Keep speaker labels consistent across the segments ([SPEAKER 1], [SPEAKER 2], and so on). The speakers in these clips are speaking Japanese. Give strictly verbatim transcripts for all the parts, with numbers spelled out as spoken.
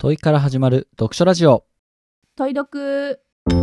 [SPEAKER 1] 問いから始まる読書ラジオ。
[SPEAKER 2] 問い読。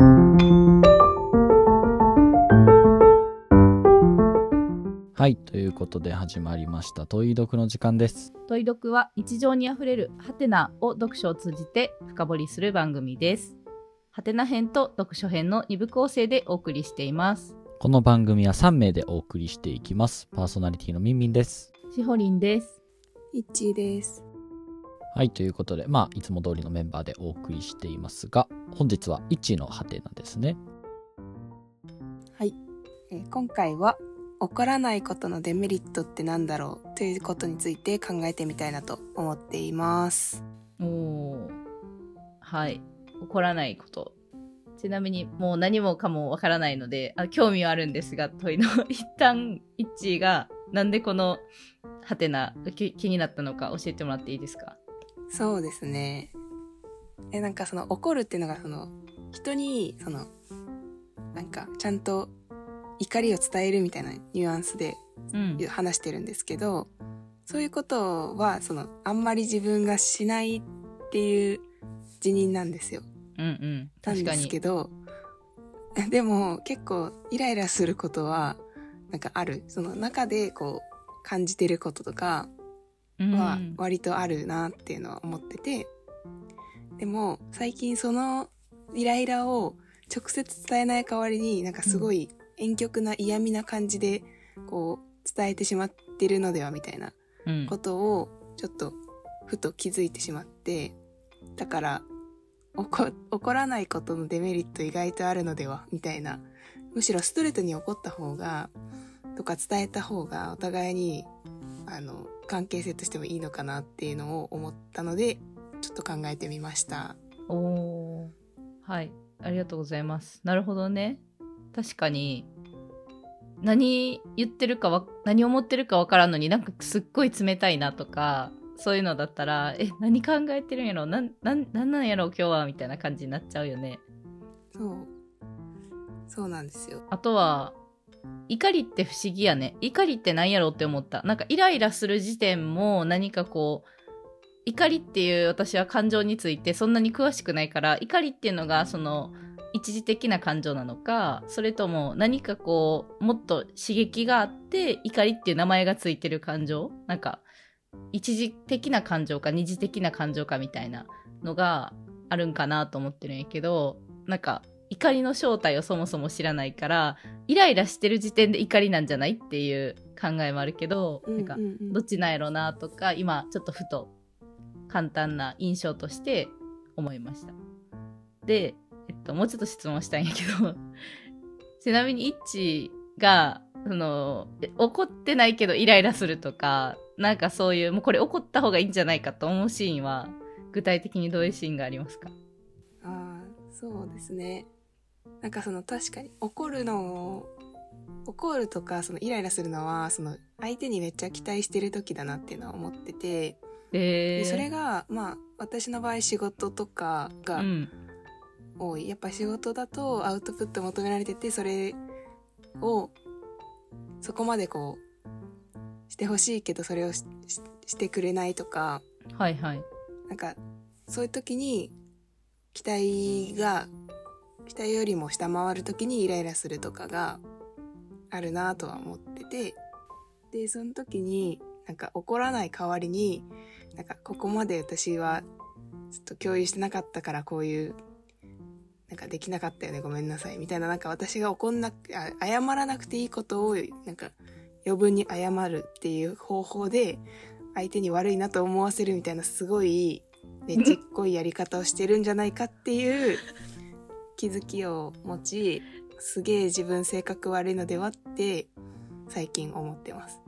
[SPEAKER 1] はい、ということで始まりました問い読の時間です。
[SPEAKER 2] 問い読は日常にあふれるハテナを読書を通じて深掘りする番組です。ハテナ編と読書編のに部構成でお送りしています。
[SPEAKER 1] この番組はさん名でお送りしていきます。パーソナリティのみんみんです。
[SPEAKER 2] しほりんです。
[SPEAKER 3] いっちーです。
[SPEAKER 1] はい、ということで、まあいつも通りのメンバーでお送りしていますが、本日はいちのハテナですね。
[SPEAKER 3] はい、えー、今回は怒らないことのデメリットってなんだろうということについて考えてみたいなと思っています。
[SPEAKER 2] おー、はい、怒らないこと。ちなみにもう何もかもわからないので、あ興味はあるんですが、問いの一旦いっちーがなんでこのハテナ気になったのか教えてもらっていいですか？
[SPEAKER 3] そうですね。えなんかその怒るっていうのがその人にそのなんかちゃんと怒りを伝えるみたいなニュアンスで話してるんですけど、うん、そういうことはそのあんまり自分がしないっていう辞任なんですよ。
[SPEAKER 2] うんうん、確かに。
[SPEAKER 3] なんですけど、でも結構イライラすることはなんかある。その中でこう感じてることとかは割とあるなっていうのは思ってて、うん、でも最近そのイライラを直接伝えない代わりになんかすごい婉曲な嫌味な感じでこう伝えてしまってるのではみたいなことをちょっとふと気づいてしまって、だから怒, 怒らないことのデメリット意外とあるのではみたいな、むしろストレートに怒った方がとか伝えた方がお互いにあの関係性としてもいいのかなっていうのを思ったのでちょっと考えてみました。
[SPEAKER 2] おー、はい、ありがとうございます。なるほどね。確かに何言ってるかわ何思ってるかわからんのになんかすっごい冷たいなとかそういうのだったらえ何考えてるんやろな、な、なんなんやろ今日はみたいな感じになっちゃうよね。
[SPEAKER 3] そうそうなんですよ。
[SPEAKER 2] あとは怒りって不思議やね。怒りって何やろって思った。なんかイライラする時点も何かこう怒りっていう私は感情についてそんなに詳しくないから、怒りっていうのがその一時的な感情なのか、それとも何かこうもっと刺激があって怒りっていう名前がついてる感情、なんか一時的な感情か二次的な感情かみたいなのがあるんかなと思ってるんやけど、なんか怒りの正体をそもそも知らないからイライラしてる時点で怒りなんじゃないっていう考えもあるけど、
[SPEAKER 3] うんうんうん、
[SPEAKER 2] なんかどっちなんやろなとか今ちょっとふと簡単な印象として思いました。で、えっと、もうちょっと質問したいんやけどちなみにイッチがその怒ってないけどイライラするとか、なんかそういうもうこれ怒った方がいいんじゃないかと思うシーンは具体的にどういうシーンがありますか？
[SPEAKER 3] あーそうですね。なんかその確かに怒るの怒るとかそのイライラするのはその相手にめっちゃ期待してる時だなっていうのは思ってて、
[SPEAKER 2] えー、
[SPEAKER 3] でそれがまあ私の場合仕事とかが多い、うん、やっぱ仕事だとアウトプット求められてて、それをそこまでこうしてほしいけどそれを し, し, してくれないとか、
[SPEAKER 2] はいはい、
[SPEAKER 3] なんかそういう時に期待が期待よりも下回る時にイライラするとかがあるなとは思ってて、でその時になんか怒らない代わりになんかここまで私はちょっと共有してなかったからこういうなんかできなかったよねごめんなさいみたいな、なんか私が怒んなく謝らなくていいことをなんか余分に謝るっていう方法で相手に悪いなと思わせるみたいな、すごいねちっこいやり方をしてるんじゃないかっていう気づきを持ち、すげえ自分性格悪いのではって最近思ってます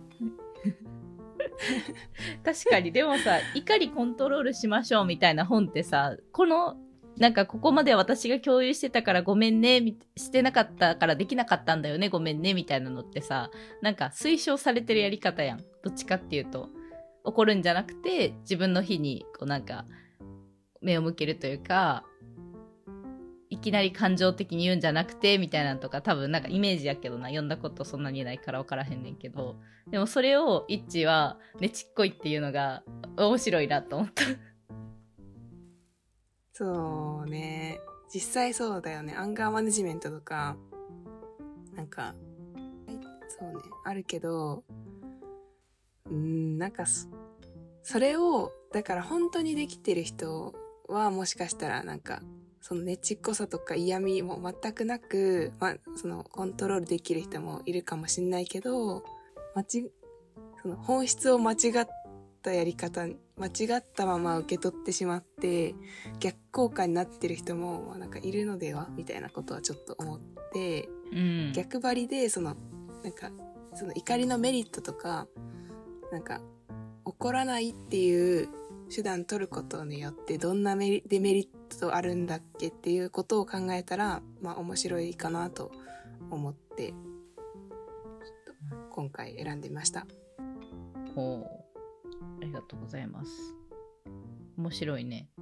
[SPEAKER 2] 確かに。でもさ怒りコントロールしましょうみたいな本ってさ、このなんかここまで私が共有してたからごめんね、してなかったからできなかったんだよねごめんねみたいなのってさ、なんか推奨されてるやり方やん。どっちかっていうと怒るんじゃなくて自分の日にこうなんか目を向けるというか、いきなり感情的に言うんじゃなくてみたいなのとか、多分なんかイメージやけどな、読んだことそんなにないから分からへんねんけど、でもそれをイッチはねちっこいっていうのが面白いなと思った
[SPEAKER 3] そうね。実際そうだよね。アンガーマネジメントとか、なんか、そうね、あるけど、うーん、なんかそ、それを、だから本当にできてる人はもしかしたらなんか、そのねちっこさとか嫌味も全くなく、まあ、そのコントロールできる人もいるかもしれないけど、間違、その本質を間違ったやり方、間違ったまま受け取ってしまって、逆効果になってる人もなんかいるのではみたいなことはちょっと思って、
[SPEAKER 2] うん、
[SPEAKER 3] 逆張りでそのなんかその怒りのメリットとか、なんか怒らないっていう手段取ることによってどんなメリデメリットあるんだっけっていうことを考えたら、まあ面白いかなと思ってちょっと今回選んでみました。
[SPEAKER 2] おー、ありがとうございます。面白いね。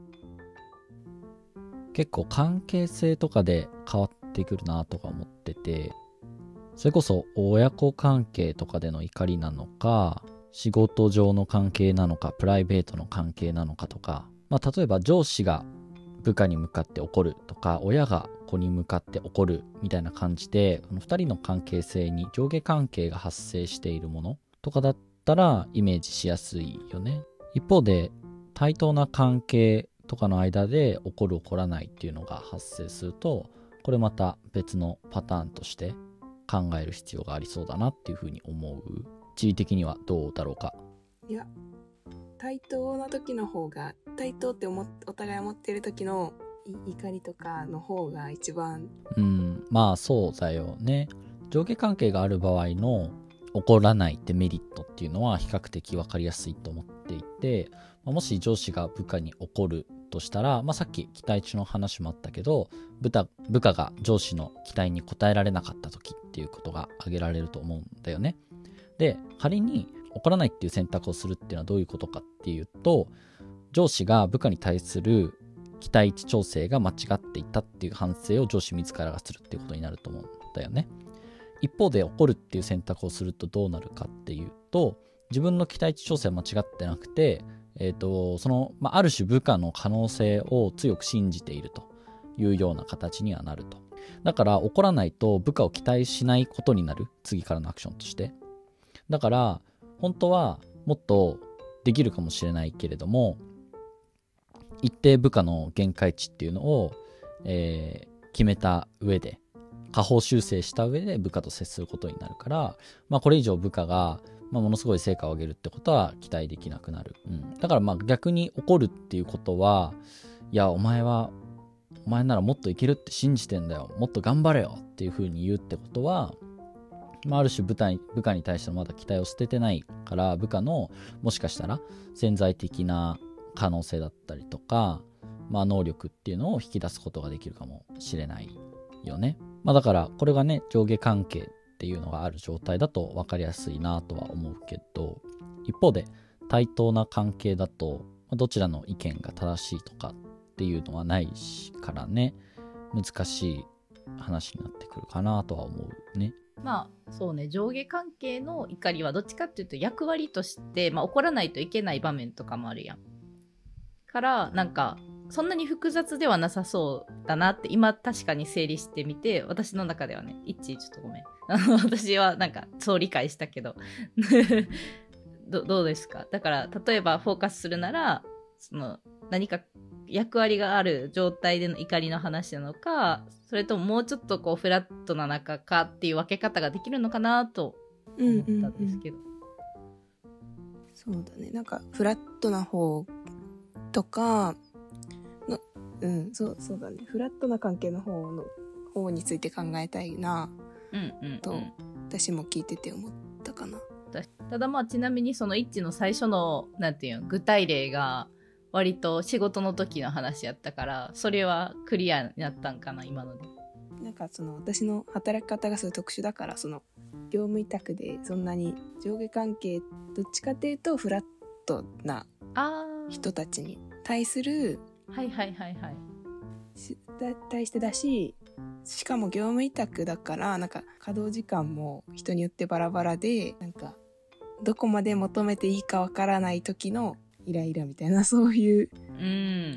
[SPEAKER 1] 結構関係性とかで変わってくるなとか思ってて、それこそ親子関係とかでの怒りなのか、仕事上の関係なのか、プライベートの関係なのかとか、まあ例えば上司が部下に向かって怒るとか、親が子に向かって怒るみたいな感じで、このふたりの関係性に上下関係が発生しているものとかだったらイメージしやすいよね。一方で対等な関係とかの間で起こる起こらないっていうのが発生すると、これまた別のパターンとして考える必要がありそうだなっていうふうに思う。地位的にはどうだろうか。
[SPEAKER 3] いや、対等な時の方が、対等って思っお互い思ってる時の怒りとかの方が一番、
[SPEAKER 1] うん、まあそうだよね。上下関係がある場合の起こらないデメリットっていうのは比較的分かりやすいと思っていて、もし上司が部下に怒るとしたら、まあ、さっき期待値の話もあったけど、部下、部下が上司の期待に応えられなかった時っていうことが挙げられると思うんだよね。で、仮に怒らないっていう選択をするっていうのはどういうことかっていうと、上司が部下に対する期待値調整が間違っていたっていう反省を上司自らがするっていうことになると思うんだよね。一方で怒るっていう選択をするとどうなるかっていうと、自分の期待値調整は間違ってなくて、えーと、その、まあ、ある種部下の可能性を強く信じているというような形にはなると。だから怒らないと部下を期待しないことになる、次からのアクションとして。だから本当はもっとできるかもしれないけれども、一定部下の限界値っていうのを、えー、決めた上で下方修正した上で部下と接することになるから、まあ、これ以上部下が、まあ、ものすごい成果を上げるってことは期待できなくなる、うん、だからまあ逆に怒るっていうことは、いやお前はお前ならもっといけるって信じてんだよ、もっと頑張れよっていう風に言うってことは、まあ、ある種部下に、部下に対してのまだ期待を捨ててないから、部下のもしかしたら潜在的な可能性だったりとか、まあ、能力っていうのを引き出すことができるかもしれないよね。まあ、だからこれがね、上下関係っていうのがある状態だと分かりやすいなとは思うけど、一方で対等な関係だとどちらの意見が正しいとかっていうのはないしからね、難しい話になってくるかなとは思うね。
[SPEAKER 2] まあそうね、上下関係の怒りはどっちかっていうと役割として、まあ、怒らないといけない場面とかもあるやん。からなんかそんなに複雑ではなさそうだなって今確かに整理してみて、私の中ではね、一致ちょっとごめん私はなんかそう理解したけどど, どうですか。だから例えばフォーカスするなら、その何か役割がある状態での怒りの話なのか、それとももうちょっとこうフラットな中かっていう分け方ができるのかなと思ったんですけど、
[SPEAKER 3] うんうんうん、そうだね、なんかフラットな方とかの、うん、そうそうだね、フラットな関係の方の方について考えたいな、
[SPEAKER 2] うんうんうん、
[SPEAKER 3] と私も聞いてて思ったかな。
[SPEAKER 2] ただまあちなみにその一致の最初のなんていうの具体例が割と仕事の時の話やったから、それはクリアになったんかな今ので。
[SPEAKER 3] なんかその私の働き方がそういう特殊だから、その業務委託でそんなに上下関係、どっちかっていうとフラットな人たちに対する、
[SPEAKER 2] はいはいはいはい、
[SPEAKER 3] 対してだし、しかも業務委託だからなんか稼働時間も人によってバラバラで、なんかどこまで求めていいかわからない時のイライラみたいな、そういう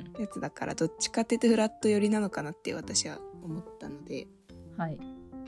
[SPEAKER 3] やつだから、どっちかっていうとフラット寄りなのかなって私は思ったので、
[SPEAKER 2] はい、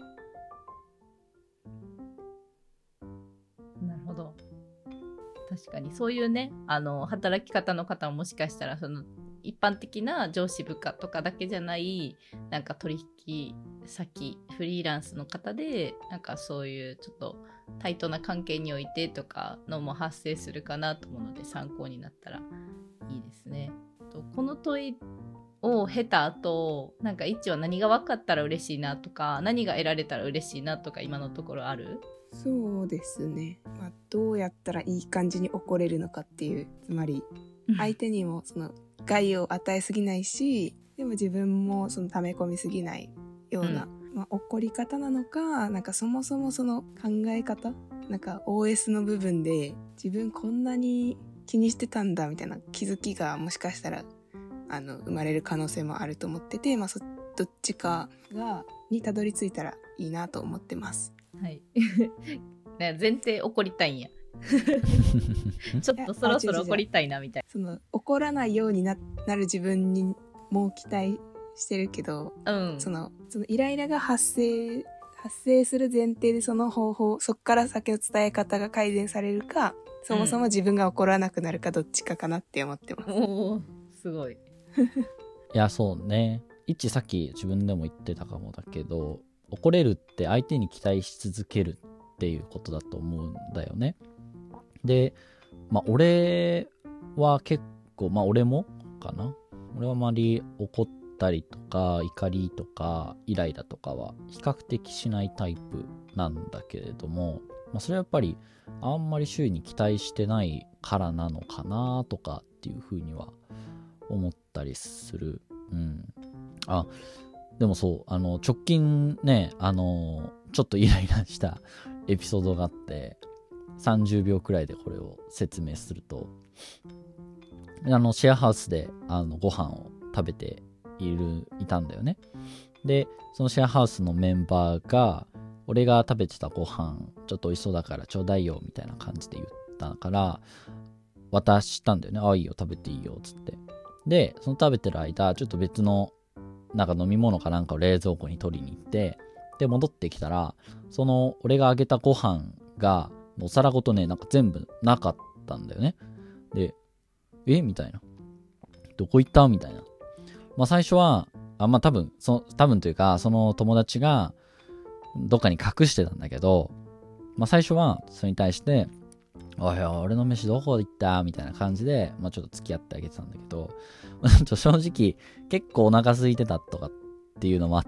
[SPEAKER 2] なるほど。確かにそういうね、あの働き方の方ももしかしたらその一般的な上司部下とかだけじゃないなんか取引先フリーランスの方でなんかそういうちょっとタイトな関係においてとかのも発生するかなと思うので参考になったらいいですね。とこの問いを経た後なんか一は何が分かったら嬉しいなとか何が得られたら嬉しいなとか今のところある？
[SPEAKER 3] そうですね、まあ、どうやったらいい感じに怒れるのかっていう、つまり相手にもその害を与えすぎないし、でも自分もその溜め込みすぎないような、うんまあ、怒り方なのか、なんかそもそもその考え方、なんか オーエス の部分で自分こんなに気にしてたんだみたいな気づきがもしかしたらあの生まれる可能性もあると思ってて、まあ、そどっちかがにたどり着いたらいいなと思ってます。
[SPEAKER 2] はい前提怒りたいんやちょっとそろそろ怒りたいなみたいな。
[SPEAKER 3] その怒らないように な, なる自分にも期待してるけど、うん、そのそのイライラが発生発生する前提でその方法、そこから先の伝え方が改善されるか、そもそも自分が怒らなくなるかどっちかかなって思ってます。うん、
[SPEAKER 2] おーすごい。
[SPEAKER 1] いやそうね、一さっき自分でも言ってたかもだけど、怒れるって相手に期待し続けるっていうことだと思うんだよね。で、まあ俺は結構、まあ俺もかな。俺はあまり怒ったりとか怒りとかイライラとかは比較的しないタイプなんだけれども、まあそれはやっぱりあんまり周囲に期待してないからなのかなとかっていうふうには思ったりする。うん。あ、でもそう、あの直近ね、あのちょっとイライラしたエピソードがあって、さんじゅうびょうくらいでこれを説明すると、あのシェアハウスであのご飯を食べているいたんだよね。でそのシェアハウスのメンバーが、俺が食べてたご飯ちょっと美味しそうだからちょうだいよみたいな感じで言ったから渡したんだよね。ああいいよ食べていいよつって。でその食べてる間ちょっと別のなんか飲み物かなんかを冷蔵庫に取りに行って、で戻ってきたら、その俺があげたご飯がお皿ごとね、なんか全部なかったんだよね。でえみたいな、どこ行ったみたいな。まあ最初はあまあ多分そ多分というかその友達がどっかに隠してたんだけど、まあ最初はそれに対しておい俺の飯どこ行ったみたいな感じで、まあちょっと付き合ってあげてたんだけど、正直結構お腹空いてたとかっていうのもあって、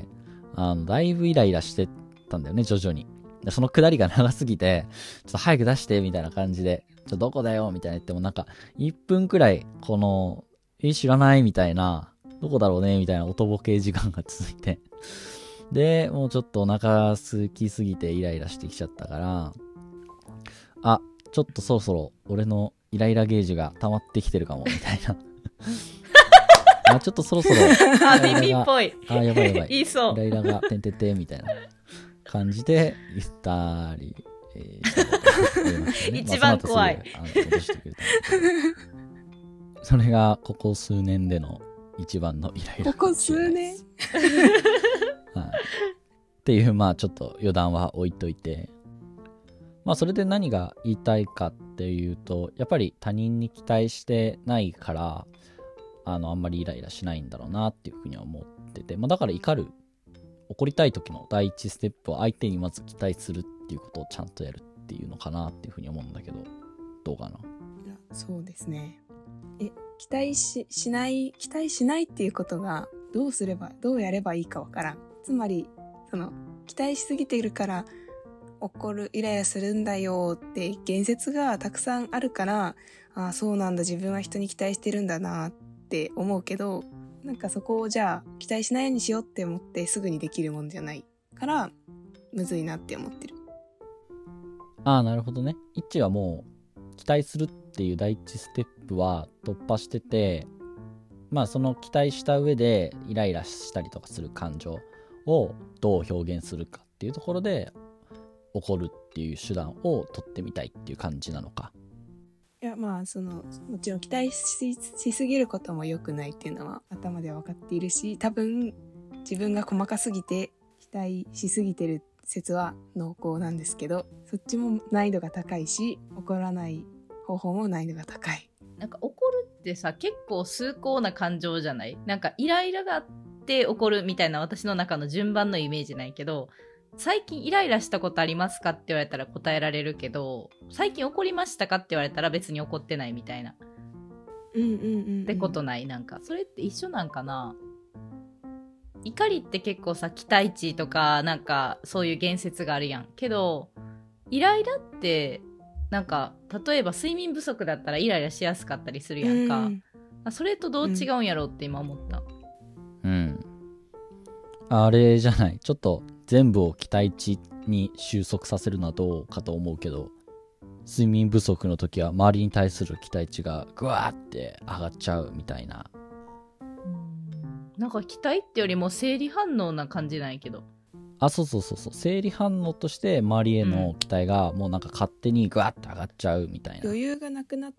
[SPEAKER 1] あのだいぶイライラしてたんだよね、徐々に。でそのくだりが長すぎて、ちょっと早く出してみたいな感じで、ちょどこだよみたいな言ってもなんかいっぷんくらいこのえ知らないみたいな、どこだろうねみたいなおとぼけ時間が続いて、でもうちょっとお腹空きすぎてイライラしてきちゃったから、あちょっとそろそろ俺のイライラゲージが溜まってきてるかもみたいなあちょっとそろそろ
[SPEAKER 2] あビビっぽい、
[SPEAKER 1] あやばいやばい
[SPEAKER 2] 言いそう、
[SPEAKER 1] イライラがてんてってみたいな感じで言ったり、えーしたね、
[SPEAKER 2] 一番怖い、
[SPEAKER 1] まあ、その後すぐあの戻してくれたそれがここ数年での一番のイライラ。
[SPEAKER 3] ここ数年
[SPEAKER 1] はい、っていう、まあちょっと余談は置いといて、まあそれで何が言いたいかっていうと、やっぱり他人に期待してないからあのあんまりイライラしないんだろうなっていうふうには思ってて、まあ、だから怒る怒りたい時の第一ステップは相手にまず期待するっていうことをちゃんとやるっていうのかなっていうふうに思うんだけど、どうかな。
[SPEAKER 3] いやそうですね、え期待 し, しない期待しないっていうことがどうすればどうやればいいかわからん。つまりその期待しすぎているから怒るイライラするんだよって言説がたくさんあるから、ああそうなんだ自分は人に期待してるんだなって思うけど、なんかそこをじゃあ期待しないようにしようって思ってすぐにできるもんじゃないからむずいなって思ってる。
[SPEAKER 1] ああなるほどね。イッチはもう期待するっていう第一ステップは突破してて、まあその期待した上でイライラしたりとかする感情をどう表現するかっていうところで怒るっていう手段を取ってみたいっていう感じなのか。
[SPEAKER 3] いやまあそのもちろん期待 し, しすぎることも良くないっていうのは頭では分かっているし、多分自分が細かすぎて期待しすぎてる説は濃厚なんですけど、そっちも難易度が高いし、怒らない方法も難易度が高い。
[SPEAKER 2] なんか怒るってさ結構崇高な感情じゃない？なんかイライラがあって怒るみたいな私の中の順番のイメージないけど、最近イライラしたことありますかって言われたら答えられるけど、最近怒りましたかって言われたら別に怒ってないみたいな、
[SPEAKER 3] うんうんうんうん、
[SPEAKER 2] ってことない？なんかそれって一緒なんかな。怒りって結構さ期待値とかなんかそういう言説があるやんけど、イライラってなんか例えば睡眠不足だったらイライラしやすかったりするやんか、うん、それとどう違うんやろうって今思った。
[SPEAKER 1] うん、うん、あれじゃない、ちょっと全部を期待値に収束させるのはどうかと思うけど、睡眠不足の時は周りに対する期待値がグワーって上がっちゃうみたいな。
[SPEAKER 2] なんか期待ってよりも生理反応な感じないけど、
[SPEAKER 1] あ、そうそうそうそう、生理反応として周りへの期待がもうなんか勝手にグワッと上がっちゃうみたいな、
[SPEAKER 3] 余裕がなくなって、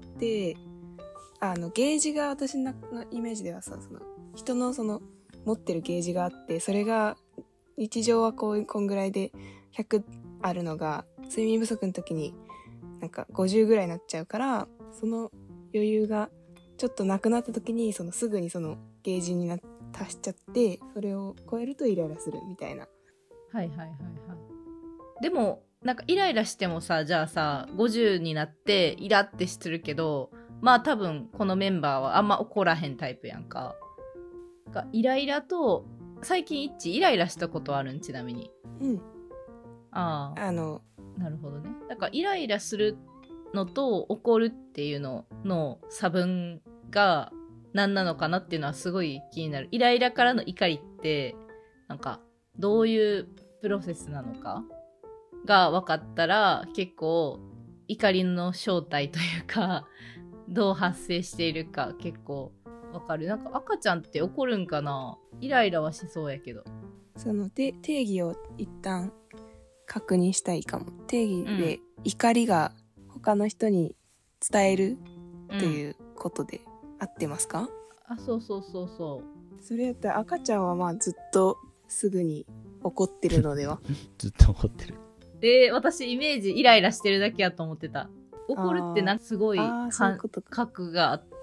[SPEAKER 3] あのゲージが私のイメージではさ、その人のその持ってるゲージがあって、それが日常はこうこんぐらいでひゃくあるのが睡眠不足の時になんかごじゅうぐらいになっちゃうから、その余裕がちょっとなくなった時にそのすぐにそのゲージにな達しちゃって、それを超えるとイライラするみたいな。
[SPEAKER 2] はいはいはいはい。でもなんかイライラしてもさ、じゃあさごじゅうになってイラってしてるけど、まあ多分このメンバーはあんま怒らへんタイプやんか。がイライラと最近一致イライラしたことあるん？ちなみに。
[SPEAKER 3] うん。
[SPEAKER 2] ああ。
[SPEAKER 3] あの
[SPEAKER 2] なるほどね。だからイライラするのと怒るっていうのの差分が何なのかなっていうのはすごい気になる。イライラからの怒りってなんかどういうプロセスなのかが分かったら結構怒りの正体というかどう発生しているか結構分かる。なんか赤ちゃんって怒るんかな？イライラはしそうやけど。
[SPEAKER 3] その定義を一旦確認したいかも。定義で怒りが他の人に伝えるということで合ってますか？
[SPEAKER 2] あ、そうそうそうそう。
[SPEAKER 3] それやったら赤ちゃんはまあずっとすぐに怒ってるのでは？
[SPEAKER 1] ずっと怒ってる。
[SPEAKER 2] えー、私イメージイライラしてるだけやと思ってた。怒るってなんかすごい核があって、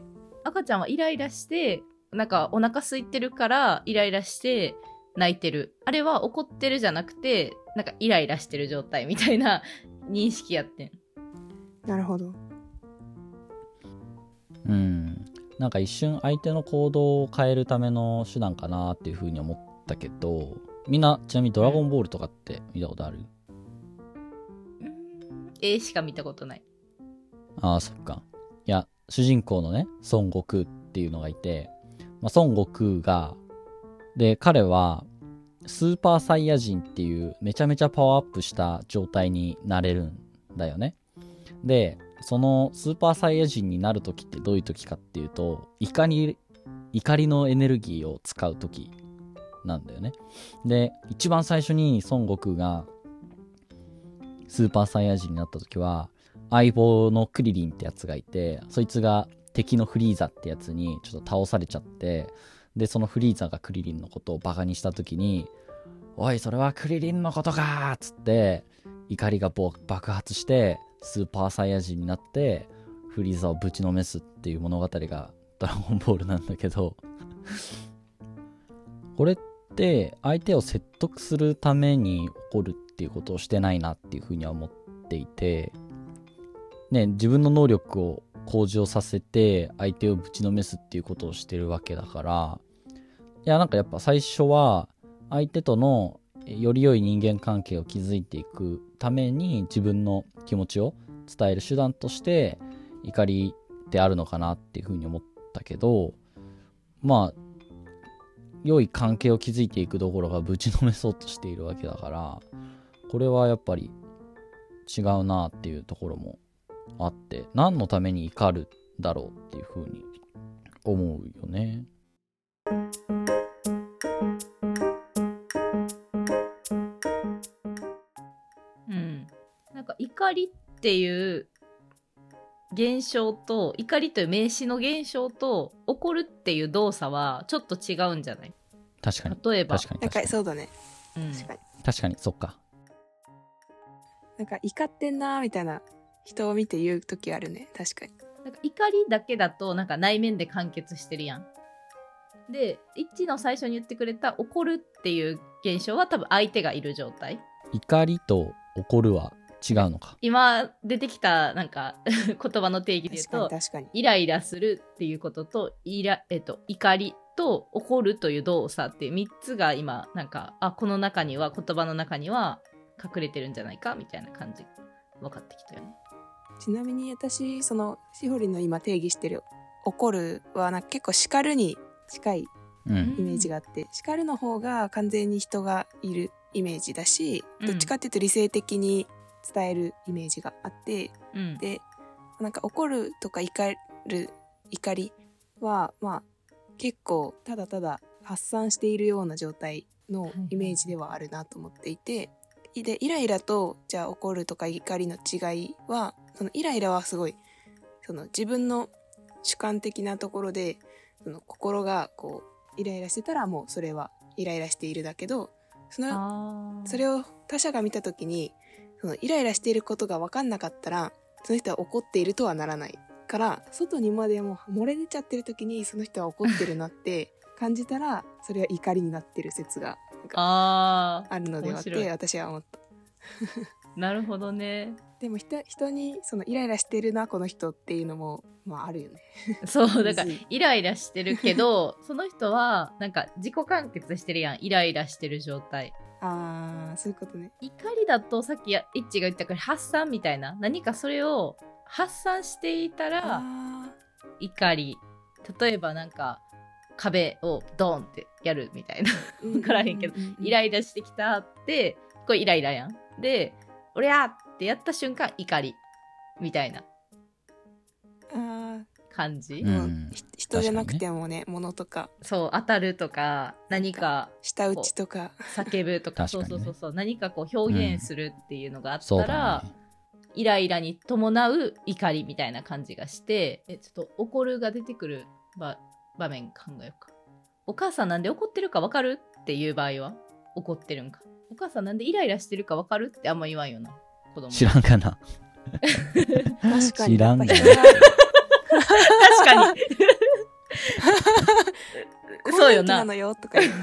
[SPEAKER 2] 赤ちゃんはイライラしてなんかお腹空いてるからイライラして泣いてる。あれは怒ってるじゃなくてなんかイライラしてる状態みたいな認識やってん。
[SPEAKER 3] なるほど。
[SPEAKER 1] うん、なんか一瞬相手の行動を変えるための手段かなっていう風に思ったけど、みんなちなみにドラゴンボールとかって見たことある？
[SPEAKER 2] うん、絵しか見たことない。
[SPEAKER 1] ああ、そっか。いや、主人公のね孫悟空っていうのがいて、まあ、孫悟空がで彼はスーパーサイヤ人っていうめちゃめちゃパワーアップした状態になれるんだよね。でそのスーパーサイヤ人になる時ってどういう時かっていうと、怒り怒りのエネルギーを使う時なんだよね。で一番最初に孫悟空がスーパーサイヤ人になった時は相棒のクリリンってやつがいて、そいつが敵のフリーザってやつにちょっと倒されちゃって、でそのフリーザがクリリンのことをバカにした時に、おいそれはクリリンのことかーっつって怒りが爆発してスーパーサイヤ人になってフリーザをぶちのめすっていう物語がドラゴンボールなんだけどこれって相手を説得するために怒るっていうことをしてないなっていうふうには思っていてね、自分の能力を向上させて相手をぶちのめすっていうことをしてるわけだから、いやなんかやっぱ最初は相手とのより良い人間関係を築いていくために自分の気持ちを伝える手段として怒りってあるのかなっていうふうに思ったけど、まあ良い関係を築いていくどころかぶちのめそうとしているわけだから、これはやっぱり違うなっていうところもあって、何のために怒るだろうっていうふうに思うよね。
[SPEAKER 2] うん、なんか怒りっていう現象と怒りという名詞の現象と怒るっていう動作はちょっと違うんじゃない？
[SPEAKER 1] 確かに。
[SPEAKER 2] 例えば
[SPEAKER 1] 確かに
[SPEAKER 3] なん
[SPEAKER 1] 確かに。
[SPEAKER 3] かそうだね、
[SPEAKER 2] うん、
[SPEAKER 3] 確かに
[SPEAKER 1] 確かに、そっか。
[SPEAKER 3] なんか怒ってんなーみたいな人を見て言う時あるね。確かに。
[SPEAKER 2] なんか怒りだけだとなんか内面で完結してるやん。で一の最初に言ってくれた怒るっていう現象は多分相手がいる状態。
[SPEAKER 1] 怒りと怒るは違うのか。
[SPEAKER 2] 今出てきたなんか言葉の定義で言う
[SPEAKER 3] 確かに
[SPEAKER 2] と
[SPEAKER 3] 確かに。
[SPEAKER 2] イライラするっていうこととイラ、えっと、怒りと怒るという動作っていうみっつが今なんかあこの中には言葉の中には隠れてるんじゃないかみたいな感じ分かってきたよね。
[SPEAKER 3] ちなみに私そのしほりの今定義してる怒るはなんか結構叱るに近い
[SPEAKER 1] うん。
[SPEAKER 3] イメージがあって、叱るの方が完全に人がいるイメージだし、
[SPEAKER 2] うん
[SPEAKER 3] どっちかっていうと理性的に伝えるイメージがあって、
[SPEAKER 2] うん
[SPEAKER 3] でなんか怒るとか怒る怒りはまあ結構ただただ発散しているような状態のイメージではあるなと思っていて、でイライラとじゃあ怒るとか怒りの違いは、そのイライラはすごいその自分の主観的なところでその心がこうイライラしてたらもうそれはイライラしているだけど、そのそれを他者が見た時にそのイライラしていることが分かんなかったらその人は怒っているとはならないから、外にまでも漏れ出ちゃってる時にその人は怒ってるなって感じたらそれは怒りになってる説がなんか
[SPEAKER 2] あ
[SPEAKER 3] あるのではって私は思った。
[SPEAKER 2] なるほどね。
[SPEAKER 3] でも 人, 人にそのイライラしてるなこの人っていうのもまああるよね。
[SPEAKER 2] そうだからイライラしてるけどその人はなんか自己完結してるやん、イライラしてる状態。
[SPEAKER 3] あーそういうことね。
[SPEAKER 2] 怒りだとさっきイッチが言ったから発散みたいな、何かそれを発散していたら怒り。例えばなんか壁をドーンってやるみたいな分からへんけど、イライラしてきたってこれイライラやん。でおりゃーってやった瞬間怒りみたいな感じ、
[SPEAKER 1] うん、
[SPEAKER 3] 人じゃなくてもね、物とか
[SPEAKER 2] そう当たるとか何か
[SPEAKER 3] 舌打ちとか
[SPEAKER 2] 叫ぶとか、
[SPEAKER 1] ね、
[SPEAKER 2] そうそうそうそう何かこう表現するっていうのがあったら、
[SPEAKER 1] うんね、
[SPEAKER 2] イライラに伴う怒りみたいな感じがして、えちょっと怒るが出てくる場場面考えようか。お母さんなんで怒ってるか分かるっていう場合は怒ってるんか。お母さんなんでイライラしてるか分かるってあんま言わんよな子供。
[SPEAKER 1] 知らんかな。
[SPEAKER 3] 確かに
[SPEAKER 1] 知らんがな。
[SPEAKER 2] 確かにそうよな。
[SPEAKER 3] なのよとか言う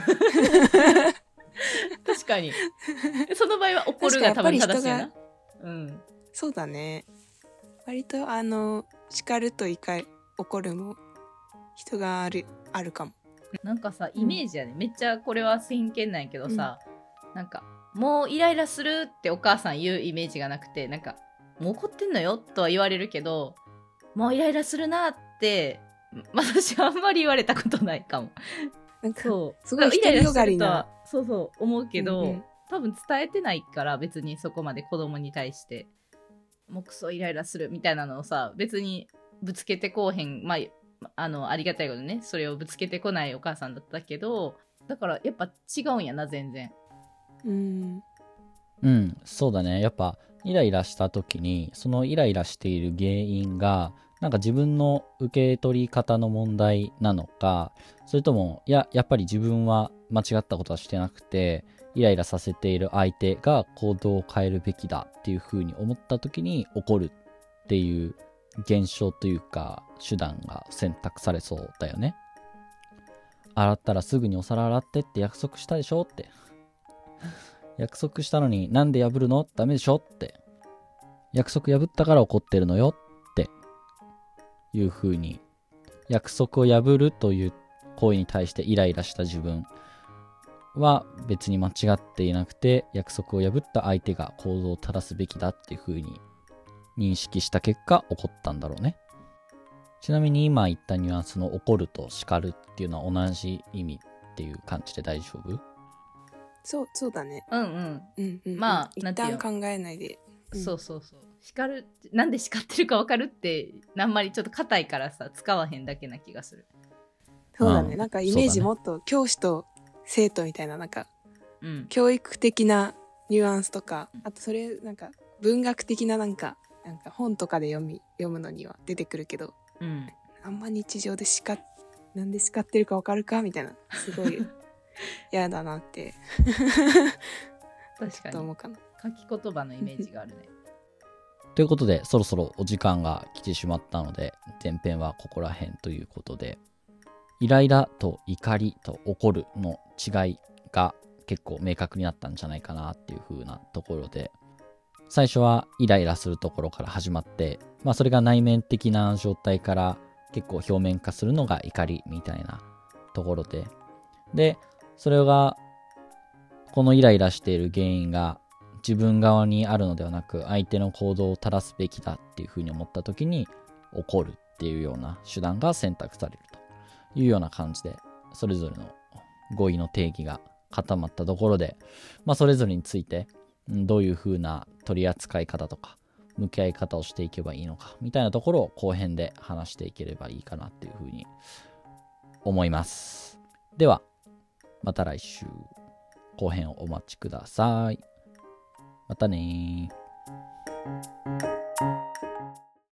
[SPEAKER 2] 確かにその場合は怒るが多分正しいな。うん、
[SPEAKER 3] そうだね。割とあの叱ると怒怒るも人があるあるかも。
[SPEAKER 2] なんかさイメージやね、うん、めっちゃこれは偏見なんやけどさ、うん、なんかもうイライラするってお母さん言うイメージがなくて、なんかもう怒ってんのよとは言われるけど、もうイライラするなって私はあんまり言われたことないかも。
[SPEAKER 3] なんか
[SPEAKER 2] そう
[SPEAKER 3] すごい独りよがりな
[SPEAKER 2] そうそう思うけど、
[SPEAKER 3] うんうん、
[SPEAKER 2] 多分伝えてないから別にそこまで子供に対してもうクソイライラするみたいなのをさ別にぶつけてこうへん、まああのありがたいことね、それをぶつけてこないお母さんだったけど、だからやっぱ違うんやな全然。
[SPEAKER 3] うん
[SPEAKER 1] うんそうだね。やっぱイライラした時にそのイライラしている原因がなんか自分の受け取り方の問題なのか、それともいややっぱり自分は間違ったことはしてなくてイライラさせている相手が行動を変えるべきだっていう風に思った時に起こるっていう現象というか手段が選択されそうだよね。洗ったらすぐにお皿洗ってって約束したでしょって、約束したのになんで破るのダメでしょって、約束破ったから怒ってるのよっていう風に、約束を破るという行為に対してイライラした自分は別に間違っていなくて、約束を破った相手が行動を正すべきだっていう風に認識した結果起こったんだろうね。ちなみに今言ったニュアンスの怒ると叱るっていうのは同じ意味っていう感じで大丈夫？
[SPEAKER 3] そうそうだね。
[SPEAKER 2] うんうん、
[SPEAKER 3] うんうん、
[SPEAKER 2] まあ
[SPEAKER 3] 一旦考えないで、
[SPEAKER 2] うん、そうそうそう、叱るなんで叱ってるか分かるってあんまりちょっと硬いからさ使わへんだけな気がする。
[SPEAKER 3] そうだね、うん、なんかイメージもっと教師と生徒みたいななんか、うん、教育的なニュアンスとか、あとそれなんか文学的ななんかなんか本とかで読み読むのには出てくるけど、
[SPEAKER 2] うん、
[SPEAKER 3] あんま日常で叱っなんで叱ってるかわかるかみたいな、すごい嫌だなって
[SPEAKER 2] 確かに
[SPEAKER 3] と思うかな。
[SPEAKER 2] 書き言葉のイメージがあるね
[SPEAKER 1] ということで、そろそろお時間が来てしまったので、前編はここら辺ということで、イライラと怒りと怒るの違いが結構明確になったんじゃないかなっていう風なところで、最初はイライラするところから始まって、まあそれが内面的な状態から結構表面化するのが怒りみたいなところで、で、それがこのイライラしている原因が自分側にあるのではなく、相手の行動を正すべきだっていう風に思った時に怒るっていうような手段が選択されるというような感じで、それぞれの語彙の定義が固まったところで、まあそれぞれについてどういう風な取り扱い方とか向き合い方をしていけばいいのかみたいなところを後編で話していければいいかなっていう風に思います。ではまた来週後編をお待ちください。またねー。